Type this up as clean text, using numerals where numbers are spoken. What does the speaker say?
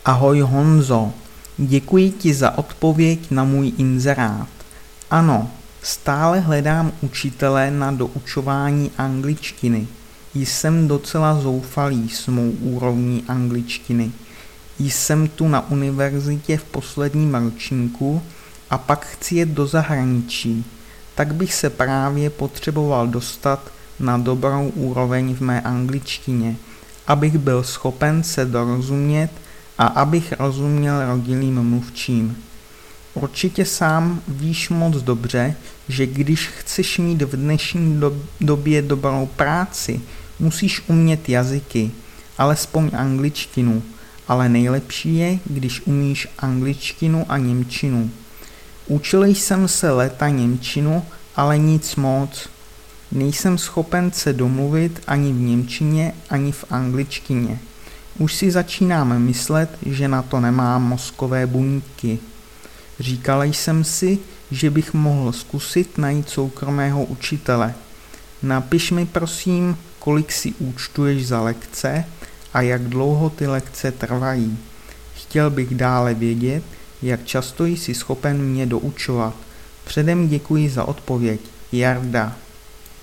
Ahoj Honzo, děkuji ti za odpověď na můj inzerát. Ano, stále hledám učitele na doučování angličtiny. Jsem docela zoufalý s mou úrovní angličtiny. Jsem tu na univerzitě v posledním ročníku a pak chci jet do zahraničí. Tak bych se právě potřeboval dostat na dobrou úroveň v mé angličtině, abych byl schopen se dorozumět a abych rozuměl rodilým mluvčím. Určitě sám víš moc dobře, že když chceš mít v dnešní době dobrou práci, musíš umět jazyky, alespoň angličtinu, ale nejlepší je, když umíš angličtinu a němčinu. Učil jsem se léta němčinu, ale nic moc. Nejsem schopen se domluvit ani v němčině, ani v angličtině. Už si začínám myslet, že na to nemám mozkové buňky. Říkal jsem si, že bych mohl zkusit najít soukromého učitele. Napiš mi prosím, kolik si účtuješ za lekce a jak dlouho ty lekce trvají. Chtěl bych dále vědět, jak často jsi schopen mě doučovat. Předem děkuji za odpověď. Jarda.